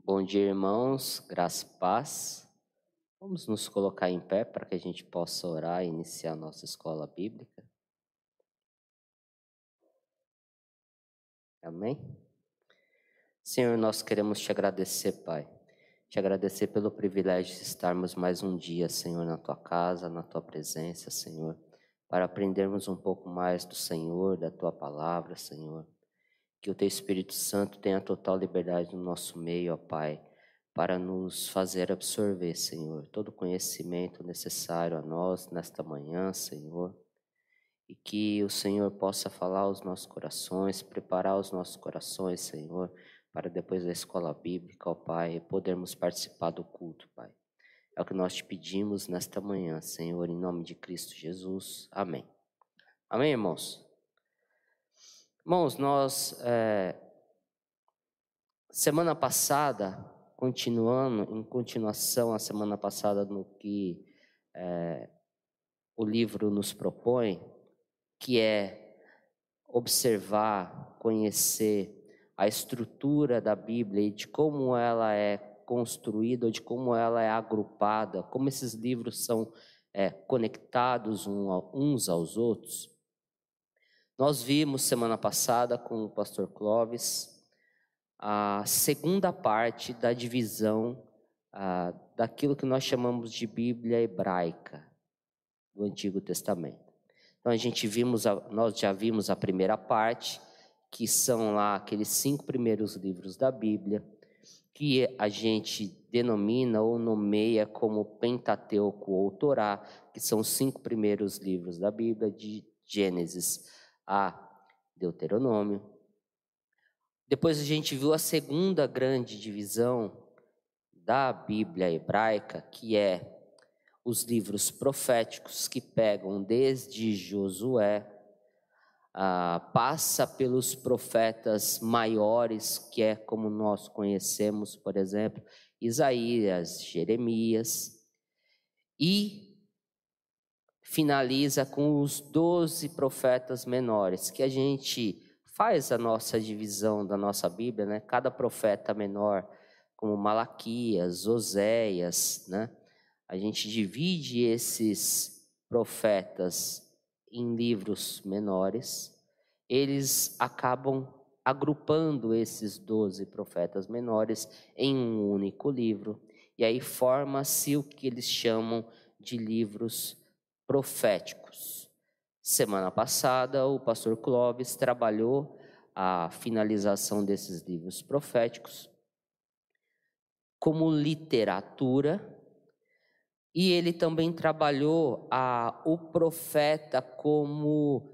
Bom dia, irmãos, graça e paz. Vamos nos colocar em pé para que a gente possa orar e iniciar a nossa escola bíblica. Amém? Senhor, nós queremos te agradecer, Pai. Te agradecer pelo privilégio de estarmos mais um dia, Senhor, na tua casa, na tua presença, Senhor, para aprendermos um pouco mais do Senhor, da tua palavra, Senhor. Que o teu Espírito Santo tenha total liberdade no nosso meio, ó Pai, para nos fazer absorver, Senhor, todo o conhecimento necessário a nós nesta manhã, Senhor, e que o Senhor possa falar aos nossos corações, preparar os nossos corações, Senhor, para depois da escola bíblica, ó Pai, podermos participar do culto, Pai. É o que nós te pedimos nesta manhã, Senhor, em nome de Cristo Jesus. Amém. Amém, irmãos? Irmãos, nós, semana passada, em continuação a semana passada no que o livro nos propõe, que é observar, conhecer a estrutura da Bíblia e de como ela é construída, de como ela é agrupada, como esses livros são conectados uns aos outros. Nós vimos semana passada com o pastor Clóvis a segunda parte da divisão daquilo que nós chamamos de Bíblia hebraica do Antigo Testamento. Então nós já vimos a primeira parte, que são lá aqueles 5 primeiros livros da Bíblia, que a gente denomina ou nomeia como Pentateuco ou Torá, que são os 5 primeiros livros da Bíblia, de Gênesis a Deuteronômio. Depois a gente viu a segunda grande divisão da Bíblia hebraica, que é os livros proféticos, que pegam desde Josué, passa pelos profetas maiores, que é como nós conhecemos, por exemplo, Isaías, Jeremias, e finaliza com os 12 profetas menores, que a gente faz a nossa divisão da nossa Bíblia, né? Cada profeta menor, como Malaquias, Oséias, né? A gente divide esses profetas em livros menores. Eles acabam agrupando esses 12 profetas menores em um único livro. E aí forma-se o que eles chamam de livros proféticos. Semana passada, o pastor Clóvis trabalhou a finalização desses livros proféticos como literatura, e ele também trabalhou o profeta como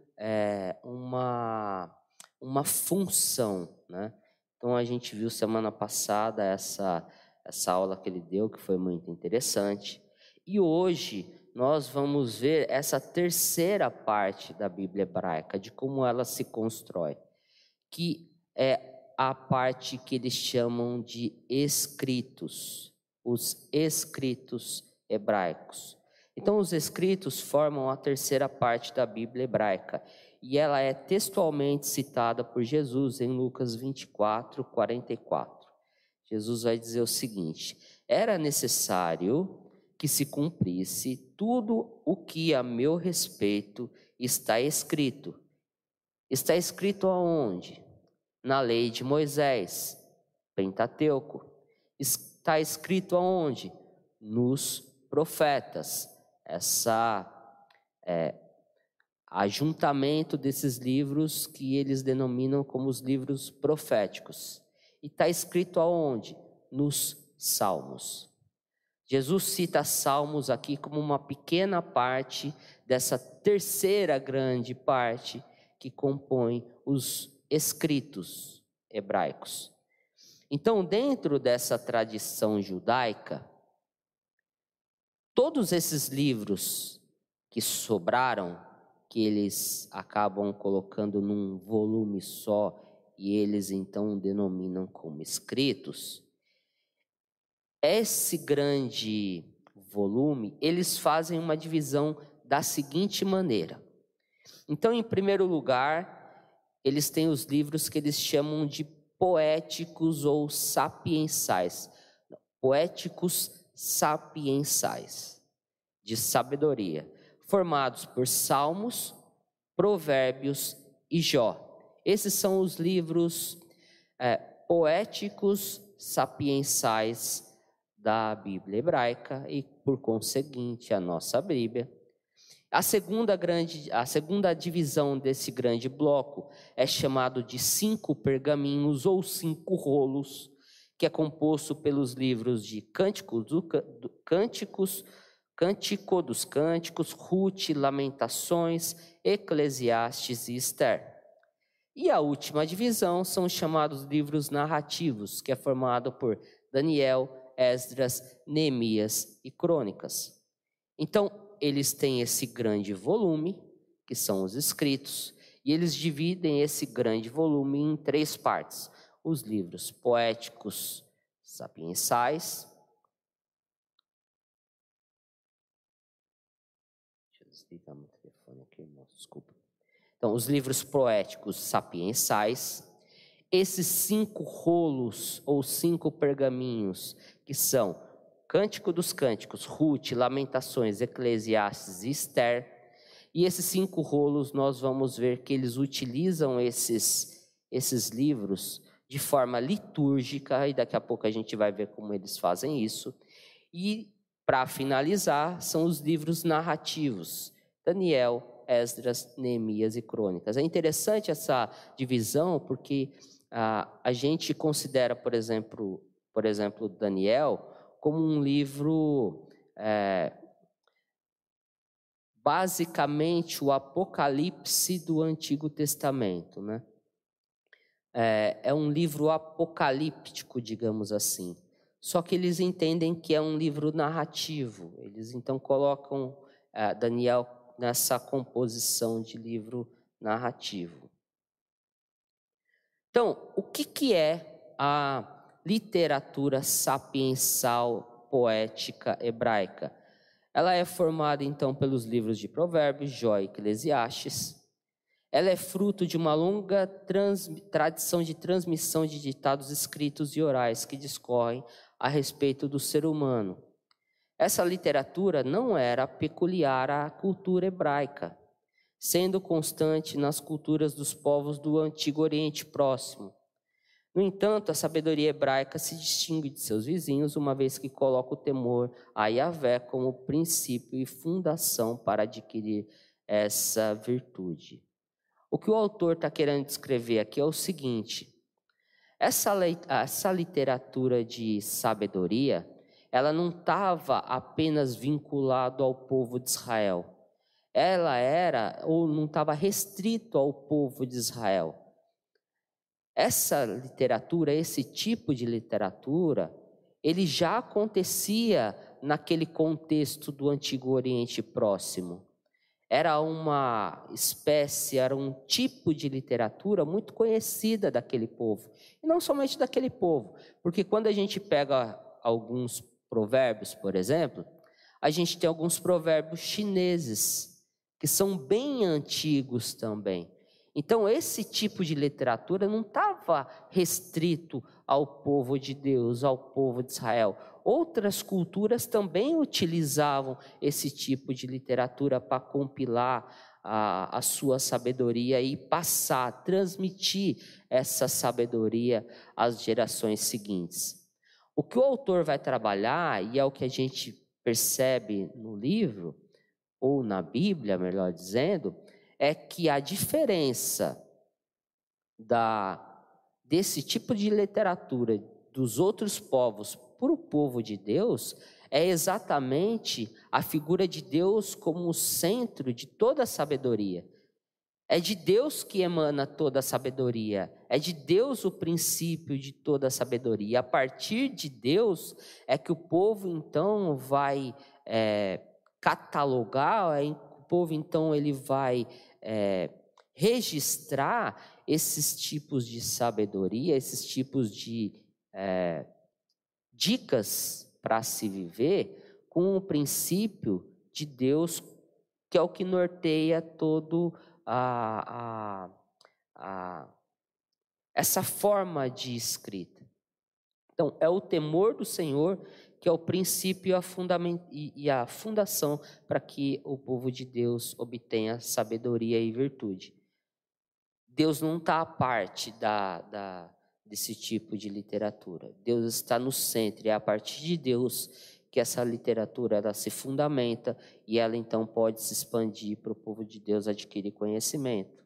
uma função, né? Então a gente viu semana passada essa aula que ele deu, que foi muito interessante, e hoje nós vamos ver essa terceira parte da Bíblia hebraica, de como ela se constrói, que é a parte que eles chamam de escritos, os escritos hebraicos. Então, os escritos formam a terceira parte da Bíblia hebraica, e ela é textualmente citada por Jesus em Lucas 24, 44. Jesus vai dizer o seguinte: era necessário que se cumprisse tudo o que a meu respeito está escrito. Está escrito aonde? Na lei de Moisés, Pentateuco. Está escrito aonde? Nos profetas. Ajuntamento desses livros que eles denominam como os livros proféticos. E está escrito aonde? Nos Salmos. Jesus cita Salmos aqui como uma pequena parte dessa terceira grande parte que compõe os escritos hebraicos. Então, dentro dessa tradição judaica, todos esses livros que sobraram, que eles acabam colocando num volume só, e eles então denominam como escritos, esse grande volume, eles fazem uma divisão da seguinte maneira. Então, em primeiro lugar, eles têm os livros que eles chamam de poéticos ou sapiensais. Poéticos sapiensais, de sabedoria, formados por Salmos, Provérbios e Jó. Esses são os livros poéticos sapiensais da Bíblia hebraica e, por conseguinte, a nossa Bíblia. A segunda divisão desse grande bloco é chamado de 5 pergaminhos ou 5 rolos, que é composto pelos livros de Cântico dos Cânticos, Ruth, Lamentações, Eclesiastes e Esther. E a última divisão são os chamados livros narrativos, que é formado por Daniel, Esdras, Neemias e Crônicas. Então, eles têm esse grande volume, que são os escritos, e eles dividem esse grande volume em 3 partes. Os livros poéticos sapiensais. Deixa eu desligar meu telefone aqui, irmão, desculpa. Então, os livros poéticos sapiensais, esses 5 rolos ou 5 pergaminhos, que são Cântico dos Cânticos, Ruth, Lamentações, Eclesiastes e Esther, e esses 5 rolos nós vamos ver que eles utilizam esses livros de forma litúrgica, e daqui a pouco a gente vai ver como eles fazem isso. E, para finalizar, são os livros narrativos, Daniel, Esdras, Neemias e Crônicas. É interessante essa divisão porque a gente considera, por exemplo, Daniel como um livro basicamente o Apocalipse do Antigo Testamento, né? É um livro apocalíptico, digamos assim. Só que eles entendem que é um livro narrativo. Eles então colocam Daniel nessa composição de livro narrativo. Então, o que é a literatura sapiensal poética hebraica? Ela é formada, então, pelos livros de Provérbios, Jó e Eclesiastes. Ela é fruto de uma longa tradição de transmissão de ditados escritos e orais que discorrem a respeito do ser humano. Essa literatura não era peculiar à cultura hebraica, sendo constante nas culturas dos povos do Antigo Oriente Próximo. No entanto, a sabedoria hebraica se distingue de seus vizinhos, uma vez que coloca o temor a Yahvé como princípio e fundação para adquirir essa virtude. O que o autor está querendo descrever aqui é o seguinte: essa literatura de sabedoria, ela não estava apenas vinculada ao povo de Israel. Ela era, ou não estava restrito ao povo de Israel. Essa literatura, esse tipo de literatura, ele já acontecia naquele contexto do Antigo Oriente Próximo. Era uma espécie, era um tipo de literatura muito conhecida daquele povo. E não somente daquele povo, porque quando a gente pega alguns provérbios, por exemplo, a gente tem alguns provérbios chineses, que são bem antigos também. Então, esse tipo de literatura não estava restrito ao povo de Deus, ao povo de Israel. Outras culturas também utilizavam esse tipo de literatura para compilar a sua sabedoria e passar, transmitir essa sabedoria às gerações seguintes. O que o autor vai trabalhar, e é o que a gente percebe no livro, ou na Bíblia, melhor dizendo, é que a diferença desse tipo de literatura dos outros povos para o povo de Deus é exatamente a figura de Deus como o centro de toda a sabedoria. É de Deus que emana toda a sabedoria, é de Deus o princípio de toda a sabedoria. A partir de Deus é que o povo então vai catalogar, o povo então ele vai registrar esses tipos de sabedoria, esses tipos de dicas para se viver com o princípio de Deus, que é o que norteia todo essa forma de escrita. Então, é o temor do Senhor que é o princípio e a fundação para que o povo de Deus obtenha sabedoria e virtude. Deus não está à parte desse tipo de literatura. Deus está no centro, e é a partir de Deus que essa literatura ela se fundamenta e ela então pode se expandir para o povo de Deus adquirir conhecimento.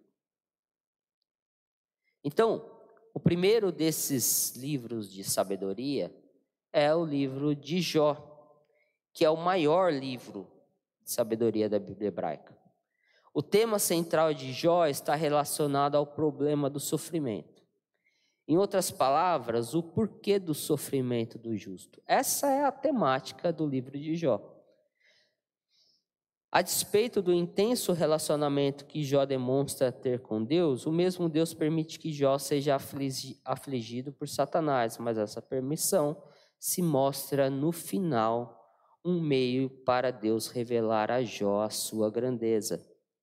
Então, o primeiro desses livros de sabedoria é o livro de Jó, que é o maior livro de sabedoria da Bíblia hebraica. O tema central de Jó está relacionado ao problema do sofrimento. Em outras palavras, o porquê do sofrimento do justo. Essa é a temática do livro de Jó. A despeito do intenso relacionamento que Jó demonstra ter com Deus, o mesmo Deus permite que Jó seja afligido por Satanás, mas essa permissão se mostra no final um meio para Deus revelar a Jó a sua grandeza.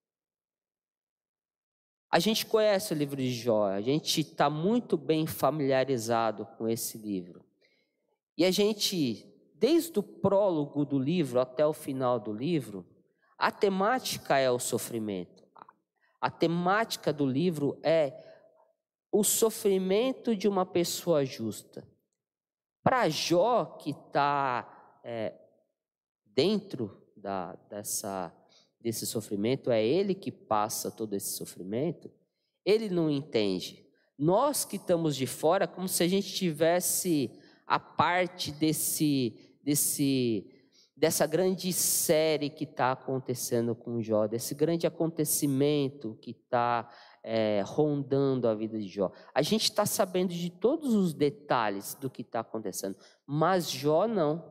A gente conhece o livro de Jó, a gente está muito bem familiarizado com esse livro. E a gente, desde o prólogo do livro até o final do livro, a temática é o sofrimento. A temática do livro é o sofrimento de uma pessoa justa. Para Jó, que está dentro desse sofrimento, é ele que passa todo esse sofrimento, ele não entende. Nós que estamos de fora, como se a gente tivesse a parte dessa grande série que está acontecendo com Jó, desse grande acontecimento que está rondando a vida de Jó. A gente está sabendo de todos os detalhes do que está acontecendo, mas Jó não.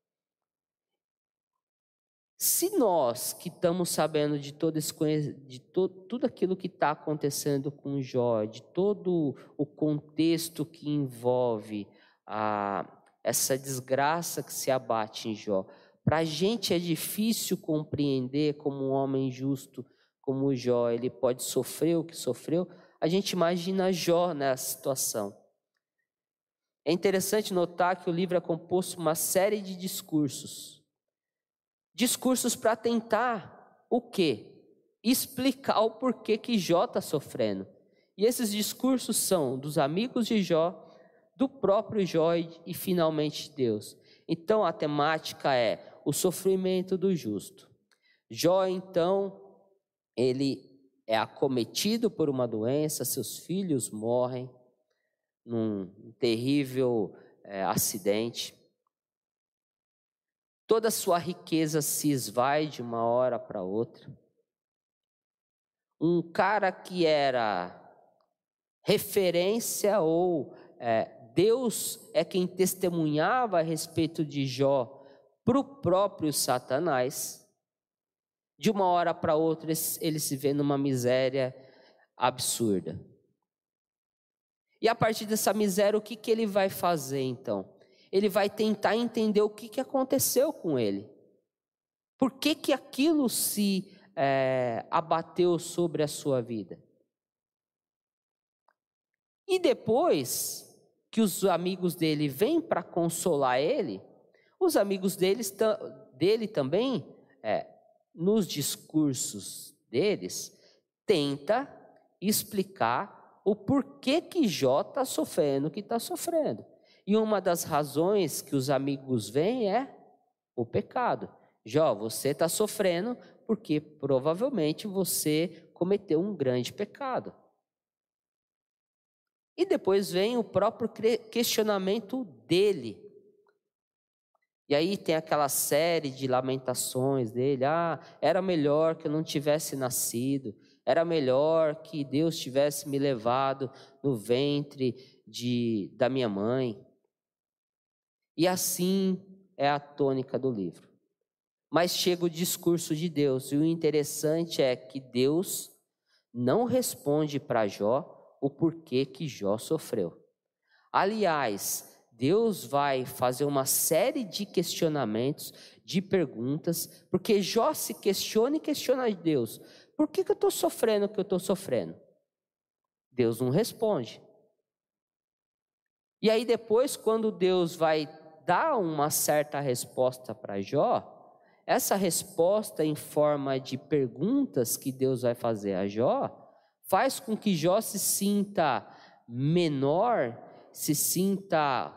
Se nós que estamos sabendo de todo tudo aquilo que está acontecendo com Jó, de todo o contexto que envolve essa desgraça que se abate em Jó, para a gente é difícil compreender como um homem justo como Jó, ele pode sofrer o que sofreu. A gente imagina Jó nessa situação. É interessante notar que o livro é composto por uma série de discursos. Discursos para tentar o quê? Explicar o porquê que Jó está sofrendo. E esses discursos são dos amigos de Jó, do próprio Jó e finalmente Deus. Então a temática é o sofrimento do justo. Jó então, ele é acometido por uma doença, seus filhos morrem num terrível acidente. Toda a sua riqueza se esvai de uma hora para outra. Um cara que era referência ou Deus é quem testemunhava a respeito de Jó para o próprio Satanás. De uma hora para outra ele se vê numa miséria absurda. E a partir dessa miséria, o que ele vai fazer então? Ele vai tentar entender o que aconteceu com ele. Por que aquilo se abateu sobre a sua vida? E depois que os amigos dele vêm para consolar ele, os amigos dele também, nos discursos deles, tenta explicar o porquê que Jó está sofrendo o que está sofrendo. E uma das razões que os amigos veem é o pecado. Jó, você está sofrendo porque provavelmente você cometeu um grande pecado. E depois vem o próprio questionamento dele. E aí tem aquela série de lamentações dele. Era melhor que eu não tivesse nascido. Era melhor que Deus tivesse me levado no ventre da minha mãe. E assim é a tônica do livro. Mas chega o discurso de Deus. E o interessante é que Deus não responde para Jó o porquê que Jó sofreu. Aliás, Deus vai fazer uma série de questionamentos, de perguntas, porque Jó se questiona e questiona Deus. Por que eu estou sofrendo o que eu estou sofrendo? Deus não responde. E aí depois, quando Deus vai dar uma certa resposta para Jó, essa resposta em forma de perguntas que Deus vai fazer a Jó, faz com que Jó se sinta menor, se sinta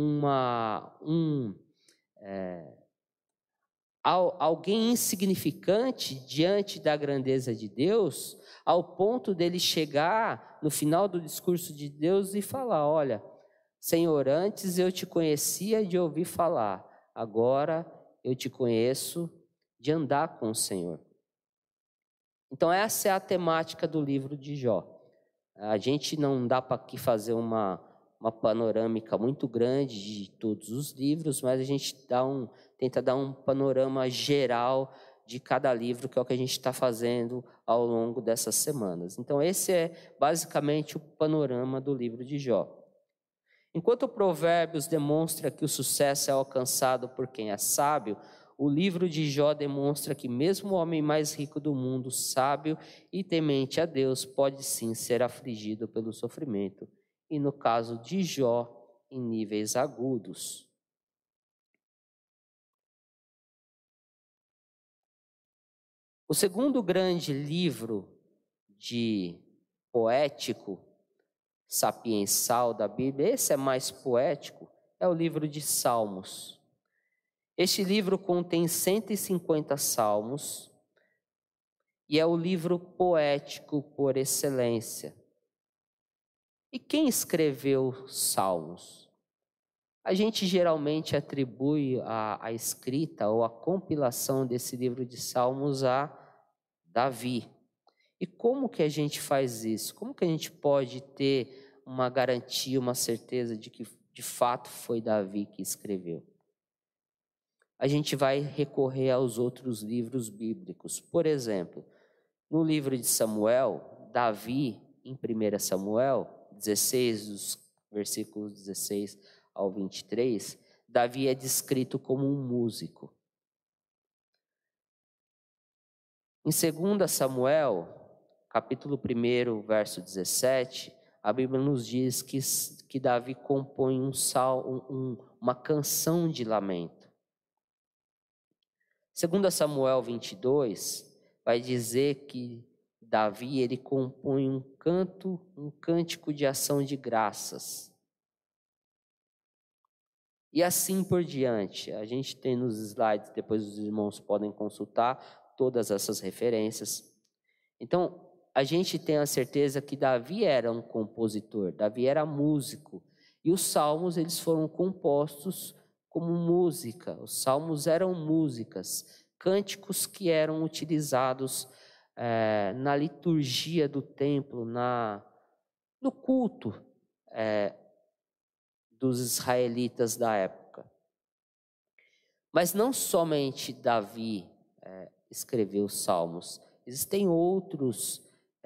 alguém insignificante diante da grandeza de Deus, ao ponto dele chegar no final do discurso de Deus e falar: olha, Senhor, antes eu te conhecia de ouvir falar, agora eu te conheço de andar com o Senhor. Então essa é a temática do livro de Jó. A gente não dá para aqui fazer uma panorâmica muito grande de todos os livros, mas a gente tenta dar um panorama geral de cada livro, que é o que a gente está fazendo ao longo dessas semanas. Então esse é basicamente o panorama do livro de Jó. Enquanto o Provérbios demonstra que o sucesso é alcançado por quem é sábio, o livro de Jó demonstra que mesmo o homem mais rico do mundo, sábio e temente a Deus, pode sim ser afligido pelo sofrimento, e no caso de Jó, em níveis agudos. O segundo grande livro poético, sapiensal da Bíblia, esse é mais poético, é o livro de Salmos. Este livro contém 150 salmos e é o livro poético por excelência. E quem escreveu salmos? A gente geralmente atribui a escrita ou a compilação desse livro de salmos a Davi. E como que a gente faz isso? Como que a gente pode ter uma garantia, uma certeza de que de fato foi Davi que escreveu? A gente vai recorrer aos outros livros bíblicos. Por exemplo, no livro de Samuel, Davi, em 1 Samuel 16, dos versículos 16 ao 23, Davi é descrito como um músico. Em 2 Samuel, capítulo 1, verso 17, a Bíblia nos diz que Davi compõe uma canção de lamento. 2 Samuel 22 vai dizer que Davi ele compõe um cântico de ação de graças. E assim por diante. A gente tem nos slides, depois os irmãos podem consultar todas essas referências. Então, a gente tem a certeza que Davi era um compositor, Davi era músico. E os salmos eles foram compostos como música. Os salmos eram músicas, cânticos que eram utilizados na liturgia do templo, no culto dos israelitas da época. Mas não somente Davi escreveu os salmos, existem outros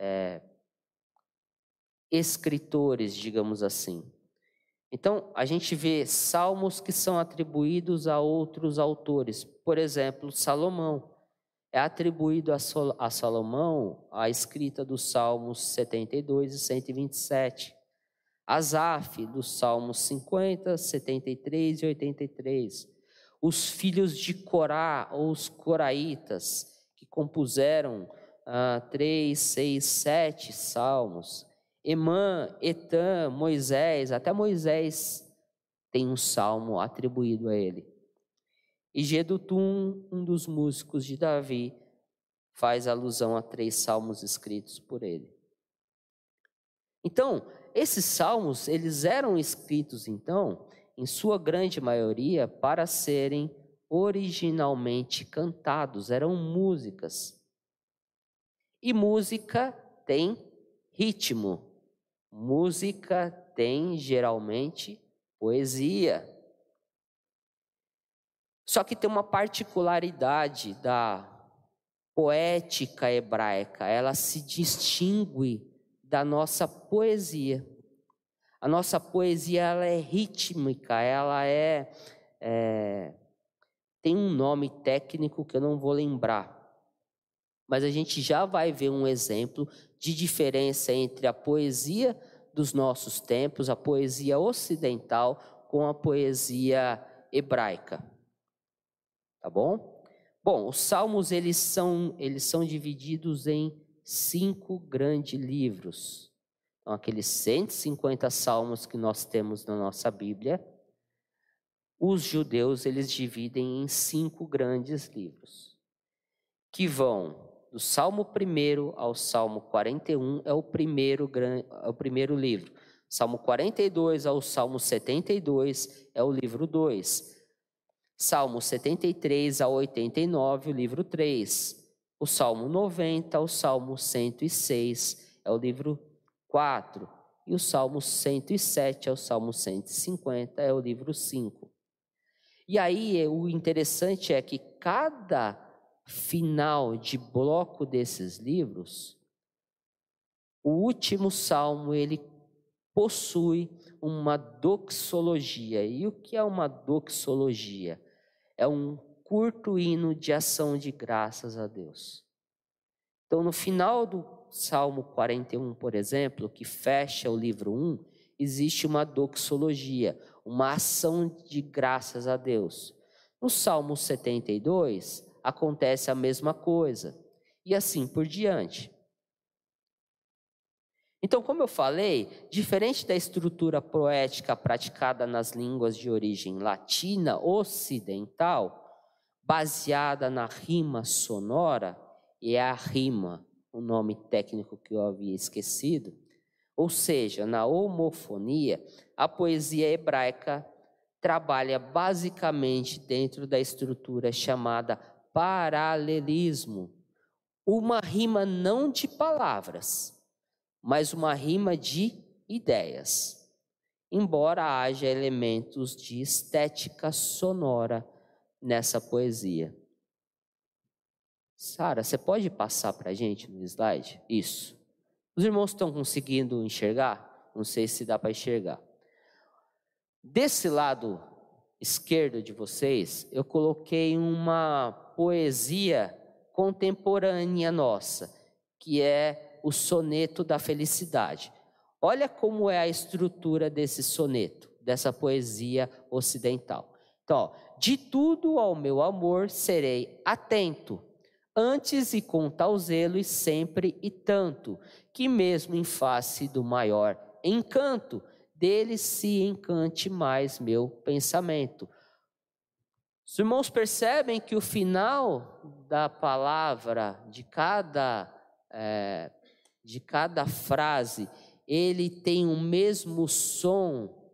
escritores, digamos assim. Então, a gente vê salmos que são atribuídos a outros autores. Por exemplo, Salomão. É atribuído a Salomão a escrita dos Salmos 72 e 127. Asaf, dos Salmos 50, 73 e 83. Os filhos de Corá, ou os coraitas, que compuseram 3, 6, 7 salmos. Emã, Etã, Moisés, até Moisés tem um salmo atribuído a ele. E Jedutum, um dos músicos de Davi, faz alusão a 3 salmos escritos por ele. Então, esses salmos, eles eram escritos, então, em sua grande maioria, para serem originalmente cantados, eram músicas. E música tem ritmo. Música tem, geralmente, poesia. Só que tem uma particularidade da poética hebraica, ela se distingue da nossa poesia. A nossa poesia ela é rítmica, ela tem um nome técnico que eu não vou lembrar. Mas a gente já vai ver um exemplo de diferença entre a poesia dos nossos tempos, a poesia ocidental com a poesia hebraica. Tá bom? Bom, os salmos eles são divididos em 5 grandes livros. Então, aqueles 150 salmos que nós temos na nossa Bíblia, os judeus eles dividem em 5 grandes livros, que vão do Salmo 1 ao Salmo 41, é o primeiro livro. Salmo 42 ao Salmo 72 é o livro 2. Salmo 73 a 89, o livro 3. O Salmo 90 ao Salmo 106 é o livro 4. E o Salmo 107 ao Salmo 150 é o livro 5. E aí, o interessante é que cada final de bloco desses livros, o último salmo, ele possui uma doxologia. E o que é uma doxologia? É um curto hino de ação de graças a Deus. Então, no final do Salmo 41, por exemplo, que fecha o livro 1, existe uma doxologia, uma ação de graças a Deus. No Salmo 72, acontece a mesma coisa, e assim por diante. Então, como eu falei, diferente da estrutura poética praticada nas línguas de origem latina ocidental, baseada na rima sonora, e é a rima, o nome técnico que eu havia esquecido, ou seja, na homofonia, a poesia hebraica trabalha basicamente dentro da estrutura chamada paralelismo, uma rima não de palavras, mas uma rima de ideias, embora haja elementos de estética sonora nessa poesia. Sara, você pode passar para a gente no slide? Isso. Os irmãos estão conseguindo enxergar? Não sei se dá para enxergar. Desse lado esquerdo de vocês, eu coloquei uma poesia contemporânea nossa, que é o soneto da felicidade. Olha como é a estrutura desse soneto, dessa poesia ocidental. Então, ó, de tudo ao meu amor serei atento, antes e com tal zelo e sempre e tanto, que mesmo em face do maior encanto, dele se encante mais meu pensamento. Os irmãos percebem que o final da palavra, de cada frase, ele tem o mesmo som.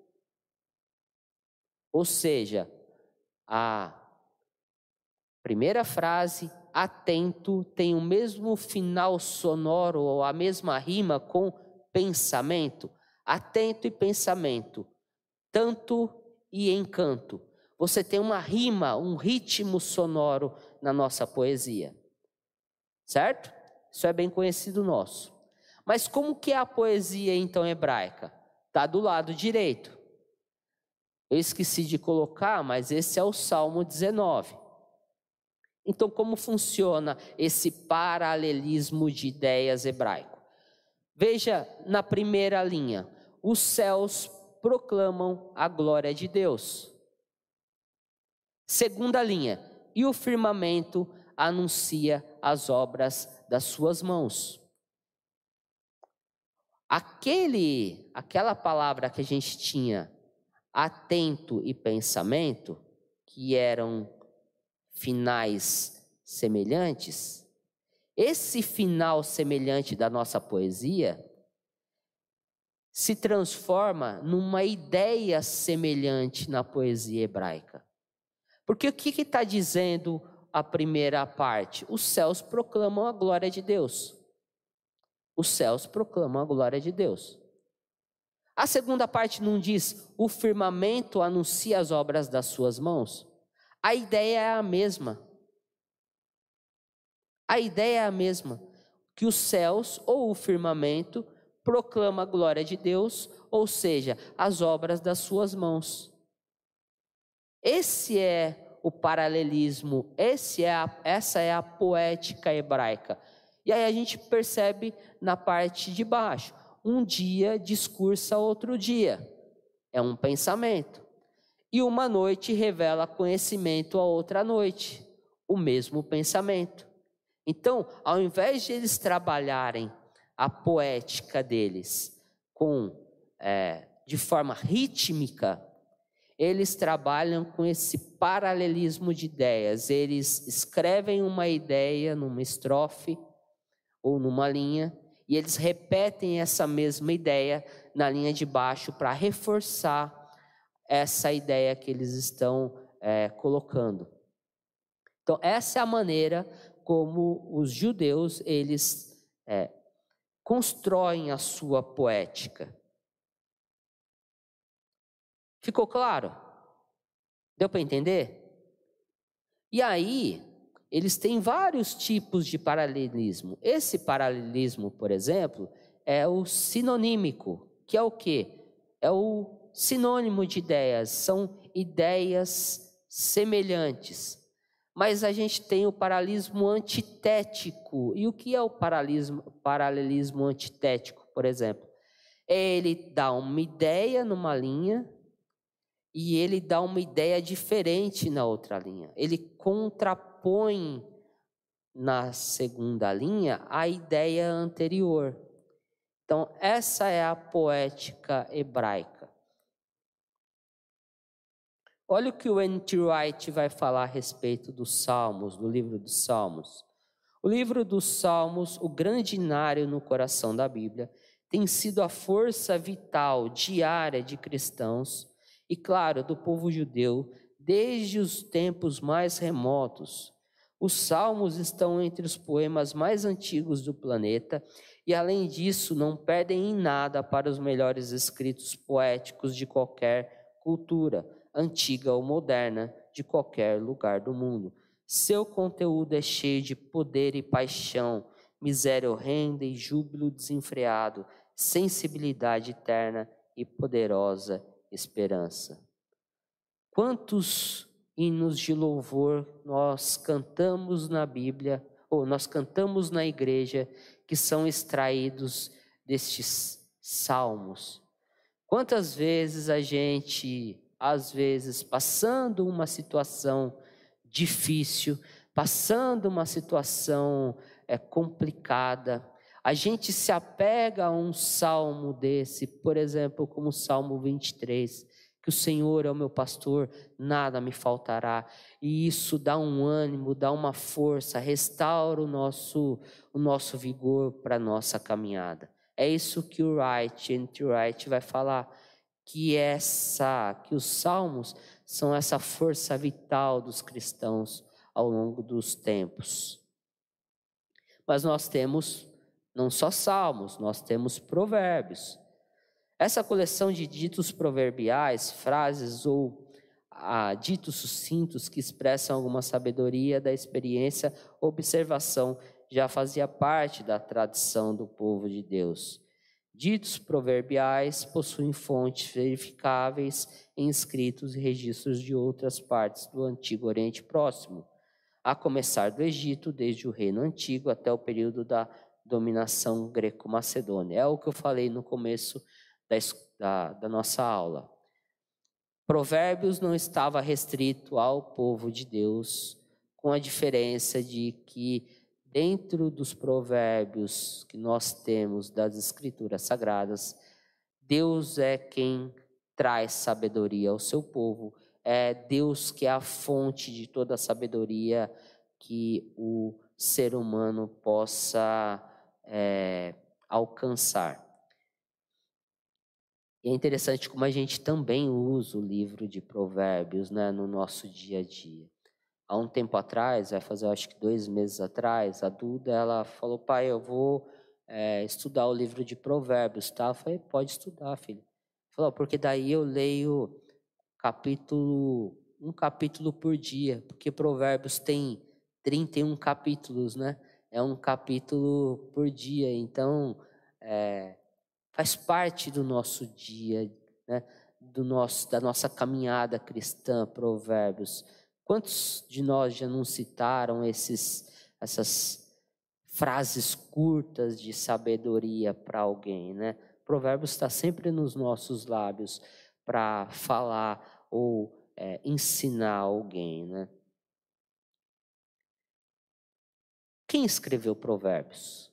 Ou seja, a primeira frase, atento, tem o mesmo final sonoro ou a mesma rima com pensamento. Atento e pensamento, tanto e encanto. Você tem uma rima, um ritmo sonoro na nossa poesia, certo? Isso é bem conhecido nosso. Mas como que é a poesia então hebraica? Está do lado direito. Eu esqueci de colocar, mas esse é o Salmo 19. Então, como funciona esse paralelismo de ideias hebraico? Veja na primeira linha, os céus proclamam a glória de Deus. Segunda linha, e o firmamento anuncia as obras das suas mãos. Aquela palavra que a gente tinha, atento e pensamento, que eram finais semelhantes, esse final semelhante da nossa poesia se transforma numa ideia semelhante na poesia hebraica. Porque o que está dizendo a primeira parte? Os céus proclamam a glória de Deus. Os céus proclamam a glória de Deus. A segunda parte não diz, o firmamento anuncia as obras das suas mãos? A ideia é a mesma. A ideia é a mesma, que os céus ou o firmamento proclama a glória de Deus, ou seja, as obras das suas mãos. Esse é o paralelismo, essa é a poética hebraica. E aí a gente percebe na parte de baixo, um dia discursa outro dia. É um pensamento. E uma noite revela conhecimento a outra noite. O mesmo pensamento. Então, ao invés de eles trabalharem a poética deles de forma rítmica, eles trabalham com esse paralelismo de ideias. Eles escrevem uma ideia numa estrofe ou numa linha, e eles repetem essa mesma ideia na linha de baixo para reforçar essa ideia que eles estão colocando. Então, essa é a maneira como os judeus, eles constroem a sua poética. Ficou claro? Deu para entender? E aí, eles têm vários tipos de paralelismo. Esse paralelismo, por exemplo, é o sinonímico, que é o quê? É o sinônimo de ideias, são ideias semelhantes. Mas a gente tem o paralelismo antitético. E o que é o paralelismo antitético, por exemplo? Ele dá uma ideia numa linha e ele dá uma ideia diferente na outra linha. Ele contrapõe na segunda linha a ideia anterior. Então, essa é a poética hebraica. Olha o que o N.T. Wright vai falar a respeito dos Salmos, do livro dos Salmos. O livro dos Salmos, o grande inário no coração da Bíblia, tem sido a força vital diária de cristãos e, claro, do povo judeu, desde os tempos mais remotos. Os Salmos estão entre os poemas mais antigos do planeta e, além disso, não perdem em nada para os melhores escritos poéticos de qualquer cultura, antiga ou moderna, de qualquer lugar do mundo. Seu conteúdo é cheio de poder e paixão, miséria horrenda e júbilo desenfreado, sensibilidade eterna e poderosa esperança. Quantos hinos de louvor nós cantamos na Bíblia, ou nós cantamos na igreja, que são extraídos destes salmos? Quantas vezes a gente, às vezes, passando uma situação difícil, passando uma situação complicada, a gente se apega a um salmo desse, por exemplo, como o Salmo 23, que o Senhor é o meu pastor, nada me faltará, e isso dá um ânimo, dá uma força, restaura o nosso vigor para a nossa caminhada. É isso que o N.T. Wright vai falar, que os salmos são essa força vital dos cristãos ao longo dos tempos. Mas nós temos não só salmos, nós temos provérbios. Essa coleção de ditos proverbiais, frases ou ditos sucintos que expressam alguma sabedoria da experiência, observação, já fazia parte da tradição do povo de Deus. Ditos proverbiais possuem fontes verificáveis em escritos e registros de outras partes do Antigo Oriente Próximo, a começar do Egito, desde o Reino Antigo até o período da dominação greco-macedônia. É o que eu falei no começo da nossa aula. Provérbios não estava restrito ao povo de Deus, com a diferença de que dentro dos provérbios que nós temos das Escrituras Sagradas, Deus é quem traz sabedoria ao seu povo. É Deus que é a fonte de toda a sabedoria que o ser humano possa alcançar. E é interessante como a gente também usa o livro de Provérbios, né, no nosso dia a dia. Há um tempo atrás, vai fazer acho que 2 meses atrás, a Duda, ela falou: pai, eu vou estudar o livro de Provérbios, tá? Eu falei: pode estudar, filho. Falou: porque daí eu leio um capítulo por dia, porque Provérbios tem 31 capítulos, né? É um capítulo por dia, então faz parte do nosso dia, né? Da nossa caminhada cristã, Provérbios. Quantos de nós já não citaram essas frases curtas de sabedoria para alguém, né? Provérbios está sempre nos nossos lábios para falar ou ensinar alguém, né? Quem escreveu Provérbios?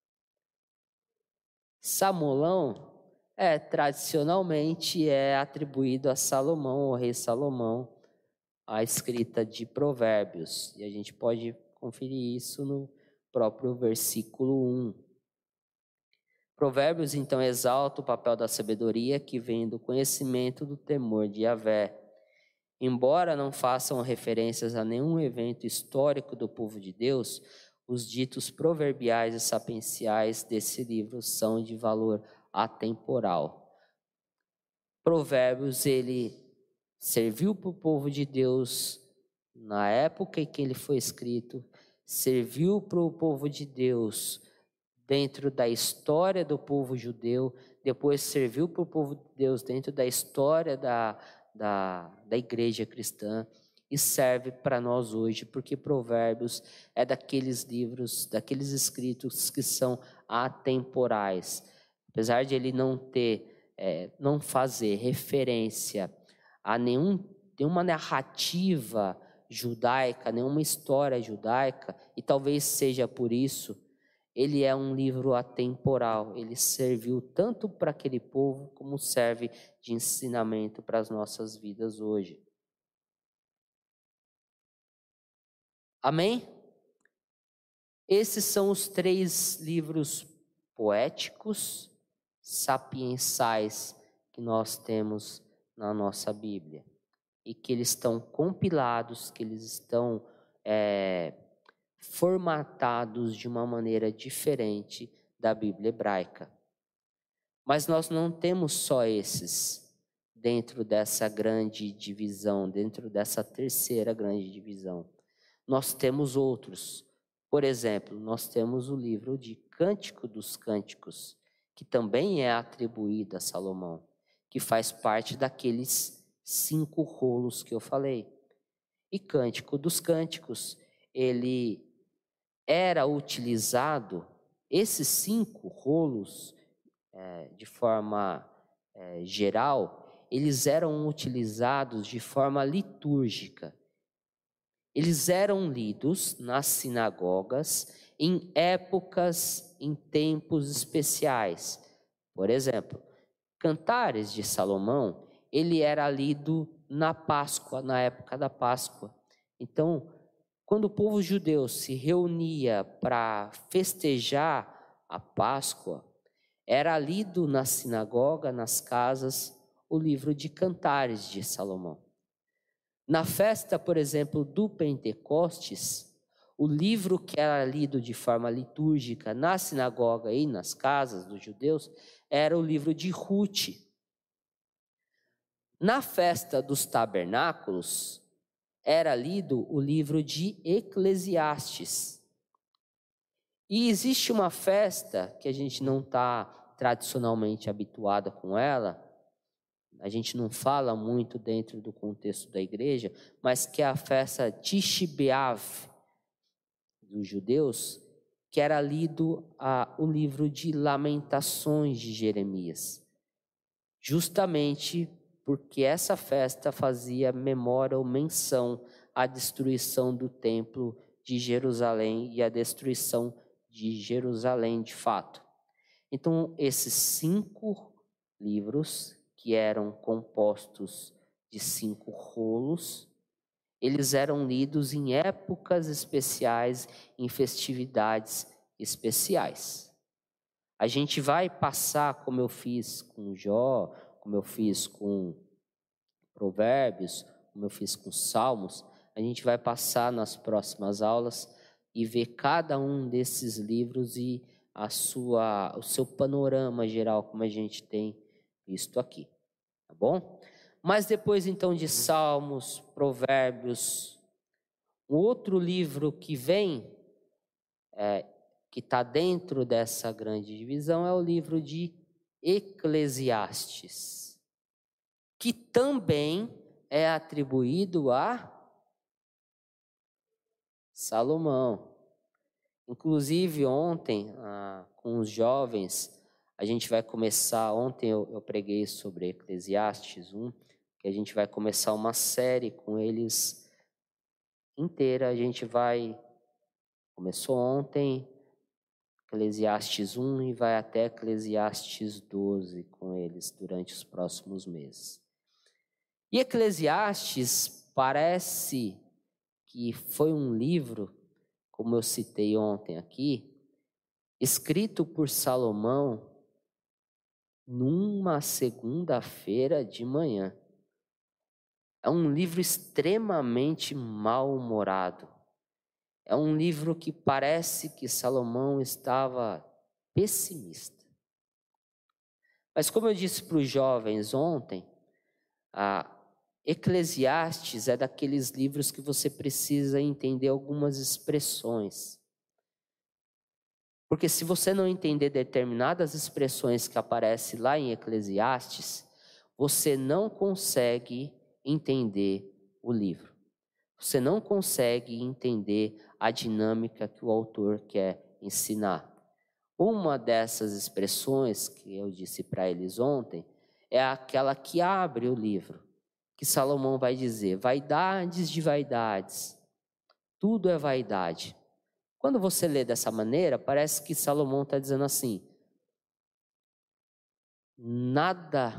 Samolão tradicionalmente é atribuído a Salomão, o rei Salomão, a escrita de Provérbios. E a gente pode conferir isso no próprio versículo 1. Provérbios, então, exalta o papel da sabedoria que vem do conhecimento do temor de Yahvé. Embora não façam referências a nenhum evento histórico do povo de Deus, os ditos proverbiais e sapienciais desse livro são de valor atemporal. Provérbios, ele serviu para o povo de Deus na época em que ele foi escrito, serviu para o povo de Deus dentro da história do povo judeu, depois serviu para o povo de Deus dentro da história da igreja cristã e serve para nós hoje, porque Provérbios é daqueles livros, daqueles escritos que são atemporais. Apesar de ele não fazer referência a nenhuma narrativa judaica, nenhuma história judaica, e talvez seja por isso, ele é um livro atemporal. Ele serviu tanto para aquele povo, como serve de ensinamento para as nossas vidas hoje. Amém? Esses são os 3 livros poéticos, sapiensais, que nós temos na nossa Bíblia. E que eles estão compilados, que eles estão formatados de uma maneira diferente da Bíblia hebraica. Mas nós não temos só esses dentro dessa grande divisão, dentro dessa terceira grande divisão. Nós temos outros. Por exemplo, nós temos o livro de Cântico dos Cânticos, que também é atribuído a Salomão, que faz parte daqueles 5 rolos que eu falei. E Cântico dos Cânticos, ele era utilizado, esses 5 rolos, de forma geral, eles eram utilizados de forma litúrgica. Eles eram lidos nas sinagogas em épocas, em tempos especiais. Por exemplo, Cantares de Salomão, ele era lido na Páscoa, na época da Páscoa. Então, quando o povo judeu se reunia para festejar a Páscoa, era lido na sinagoga, nas casas, o livro de Cantares de Salomão. Na festa, por exemplo, do Pentecostes, o livro que era lido de forma litúrgica na sinagoga e nas casas dos judeus era o livro de Rute. Na festa dos tabernáculos, era lido o livro de Eclesiastes. E existe uma festa que a gente não está tradicionalmente habituada com ela, a gente não fala muito dentro do contexto da igreja, mas que é a festa Tisha B'Av dos judeus, que era lido o livro de Lamentações de Jeremias, justamente porque essa festa fazia memória ou menção à destruição do templo de Jerusalém e à destruição de Jerusalém de fato. Então, esses 5 livros, que eram compostos de 5 rolos, eles eram lidos em épocas especiais, em festividades especiais. A gente vai passar, como eu fiz com Jó, como eu fiz com Provérbios, como eu fiz com Salmos, a gente vai passar nas próximas aulas e ver cada um desses livros e o seu panorama geral, como a gente tem visto aqui, tá bom? Mas depois então de Salmos, Provérbios, um outro livro que vem, que está dentro dessa grande divisão, é o livro de Eclesiastes, que também é atribuído a Salomão. Inclusive ontem, com os jovens, A gente vai começar, ontem eu preguei sobre Eclesiastes 1, que a gente vai começar uma série com eles inteira. Começou ontem, Eclesiastes 1 e vai até Eclesiastes 12 com eles durante os próximos meses. E Eclesiastes parece que foi um livro, como eu citei ontem aqui, escrito por Salomão numa segunda-feira de manhã. É um livro extremamente mal-humorado. É um livro que parece que Salomão estava pessimista. Mas como eu disse para os jovens ontem, a Eclesiastes é daqueles livros que você precisa entender algumas expressões. Porque se você não entender determinadas expressões que aparecem lá em Eclesiastes, você não consegue entender o livro. Você não consegue entender a dinâmica que o autor quer ensinar. Uma dessas expressões que eu disse para eles ontem é aquela que abre o livro, que Salomão vai dizer: vaidades de vaidades, tudo é vaidade. Quando você lê dessa maneira, parece que Salomão está dizendo assim: nada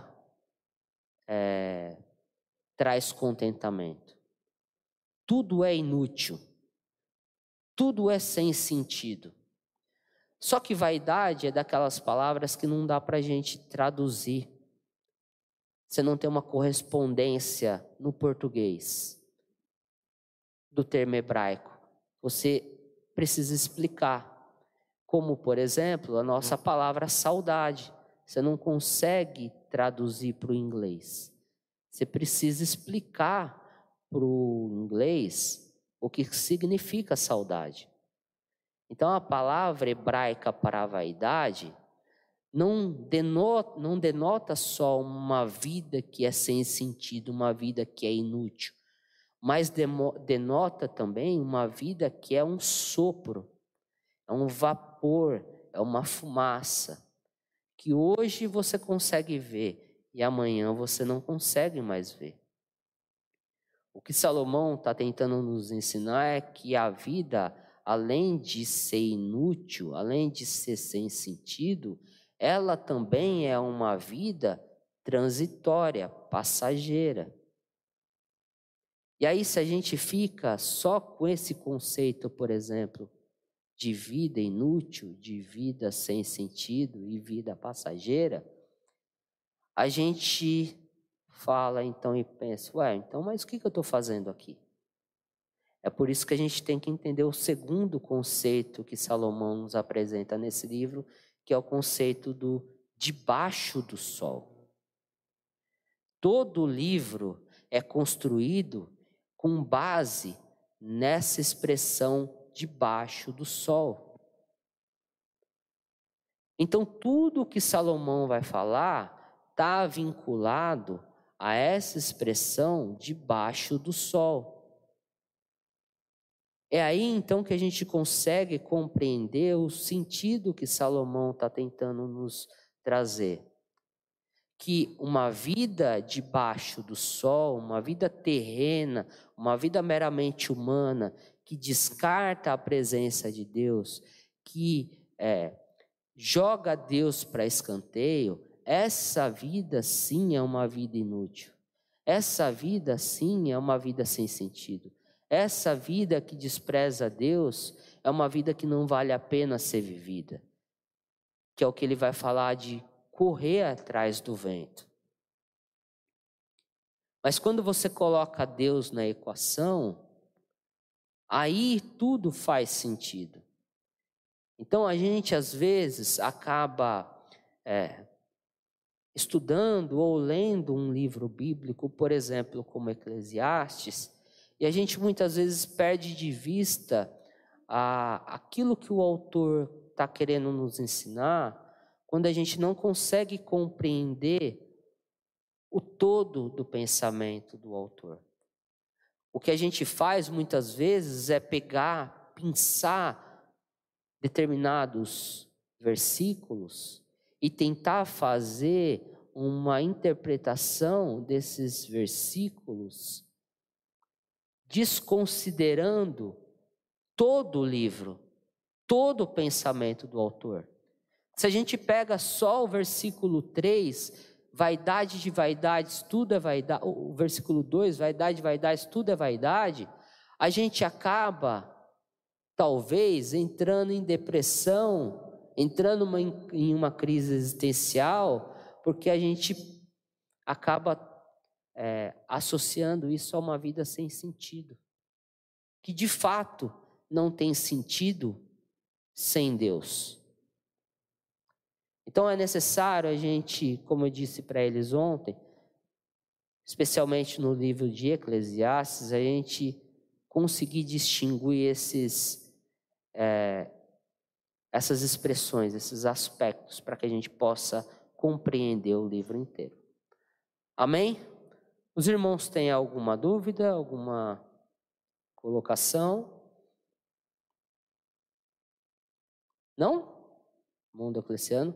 traz contentamento, tudo é inútil, tudo é sem sentido. Só que vaidade é daquelas palavras que não dá para a gente traduzir. Você não tem uma correspondência no português do termo hebraico. Você precisa explicar. Como, por exemplo, a nossa palavra saudade. Você não consegue traduzir para o inglês. Você precisa explicar para o inglês o que significa saudade. Então, a palavra hebraica para vaidade não denota só uma vida que é sem sentido, uma vida que é inútil, mas denota também uma vida que é um sopro, é um vapor, é uma fumaça, que hoje você consegue ver e amanhã você não consegue mais ver. O que Salomão está tentando nos ensinar é que a vida, além de ser inútil, além de ser sem sentido, ela também é uma vida transitória, passageira. E aí, se a gente fica só com esse conceito, por exemplo, de vida inútil, de vida sem sentido e vida passageira, a gente fala então e pensa: então, mas o que eu estou fazendo aqui? É por isso que a gente tem que entender o segundo conceito que Salomão nos apresenta nesse livro, que é o conceito do debaixo do sol. Todo o livro é construído com base nessa expressão debaixo do sol. Então, tudo o que Salomão vai falar está vinculado a essa expressão debaixo do sol. É aí então que a gente consegue compreender o sentido que Salomão está tentando nos trazer. Que uma vida debaixo do sol, uma vida terrena, uma vida meramente humana, que descarta a presença de Deus, que joga Deus para escanteio, essa vida sim é uma vida inútil. Essa vida sim é uma vida sem sentido. Essa vida que despreza Deus é uma vida que não vale a pena ser vivida. Que é o que ele vai falar de correr atrás do vento. Mas quando você coloca Deus na equação, aí tudo faz sentido. Então a gente às vezes acaba estudando ou lendo um livro bíblico, por exemplo, como Eclesiastes, e a gente muitas vezes perde de vista aquilo que o autor está querendo nos ensinar, quando a gente não consegue compreender o todo do pensamento do autor. O que a gente faz muitas vezes é pensar determinados versículos e tentar fazer uma interpretação desses versículos desconsiderando todo o livro, todo o pensamento do autor. Se a gente pega só o versículo 3, vaidade de vaidades, tudo é vaidade, o versículo 2, vaidade de vaidades, tudo é vaidade, a gente acaba, talvez, entrando em depressão, entrando em uma crise existencial, porque a gente acaba associando isso a uma vida sem sentido, que de fato não tem sentido sem Deus. Então é necessário a gente, como eu disse para eles ontem, especialmente no livro de Eclesiastes, a gente conseguir distinguir essas expressões, esses aspectos, para que a gente possa compreender o livro inteiro. Amém? Os irmãos têm alguma dúvida, alguma colocação? Não? Mundo Eclesiano?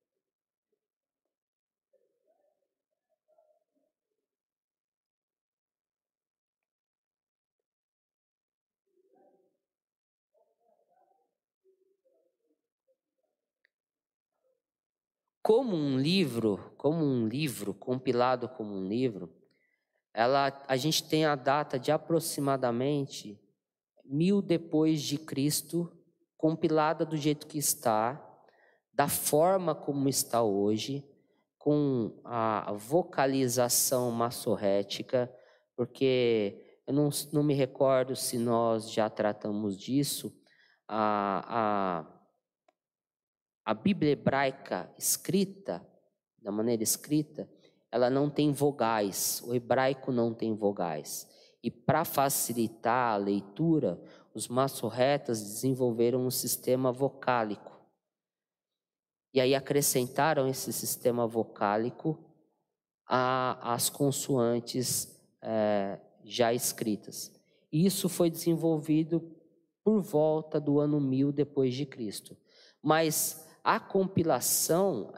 Como um livro, compilado como um livro, a gente tem a data de aproximadamente 1000 depois de Cristo, compilada do jeito que está, da forma como está hoje, com a vocalização massorrética, porque eu não me recordo se nós já tratamos disso, a Bíblia hebraica escrita, da maneira escrita, ela não tem vogais, o hebraico não tem vogais. E para facilitar a leitura, os massorretas desenvolveram um sistema vocálico. E aí acrescentaram esse sistema vocálico às consoantes já escritas. E isso foi desenvolvido por volta do ano 1000 depois de Cristo. Mas a compilação,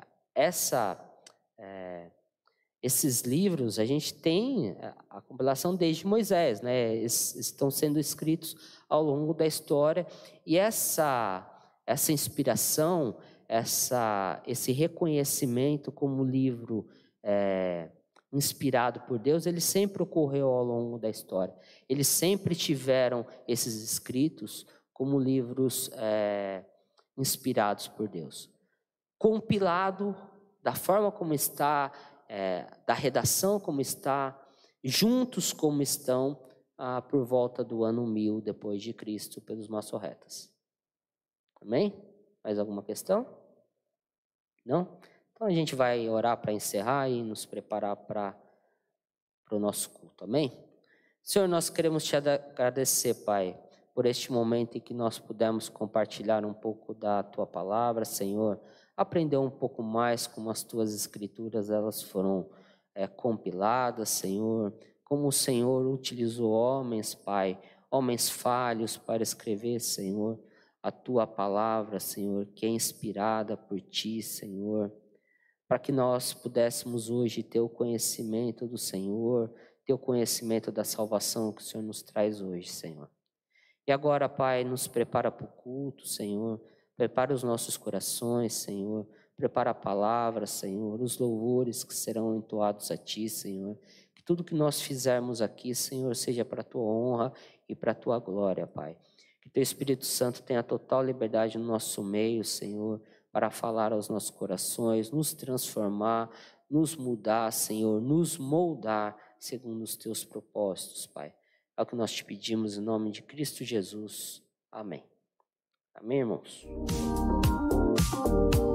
esses livros, a gente tem a compilação desde Moisés, né? Eles estão sendo escritos ao longo da história, e essa inspiração, esse reconhecimento como livro inspirado por Deus, ele sempre ocorreu ao longo da história. Eles sempre tiveram esses escritos como livros inspirados por Deus. Compilado da forma como está, da redação como está, juntos como estão, por volta do ano 1000 depois de Cristo, pelos massorretas. Amém? Mais alguma questão? Não? Então a gente vai orar para encerrar e nos preparar para o nosso culto. Amém? Senhor, nós queremos te agradecer, Pai, por este momento em que nós pudemos compartilhar um pouco da Tua palavra, Senhor, aprender um pouco mais como as Tuas escrituras elas foram compiladas, Senhor, como o Senhor utilizou homens, Pai, homens falhos para escrever, Senhor, a Tua palavra, Senhor, que é inspirada por Ti, Senhor, para que nós pudéssemos hoje ter o conhecimento do Senhor, ter o conhecimento da salvação que o Senhor nos traz hoje, Senhor. E agora, Pai, nos prepara para o culto, Senhor. Prepara os nossos corações, Senhor. Prepara a palavra, Senhor. Os louvores que serão entoados a Ti, Senhor. Que tudo que nós fizermos aqui, Senhor, seja para a Tua honra e para a Tua glória, Pai. Que Teu Espírito Santo tenha total liberdade no nosso meio, Senhor, para falar aos nossos corações, nos transformar, nos mudar, Senhor, nos moldar segundo os Teus propósitos, Pai. É o que nós te pedimos em nome de Cristo Jesus. Amém. Amém, irmãos?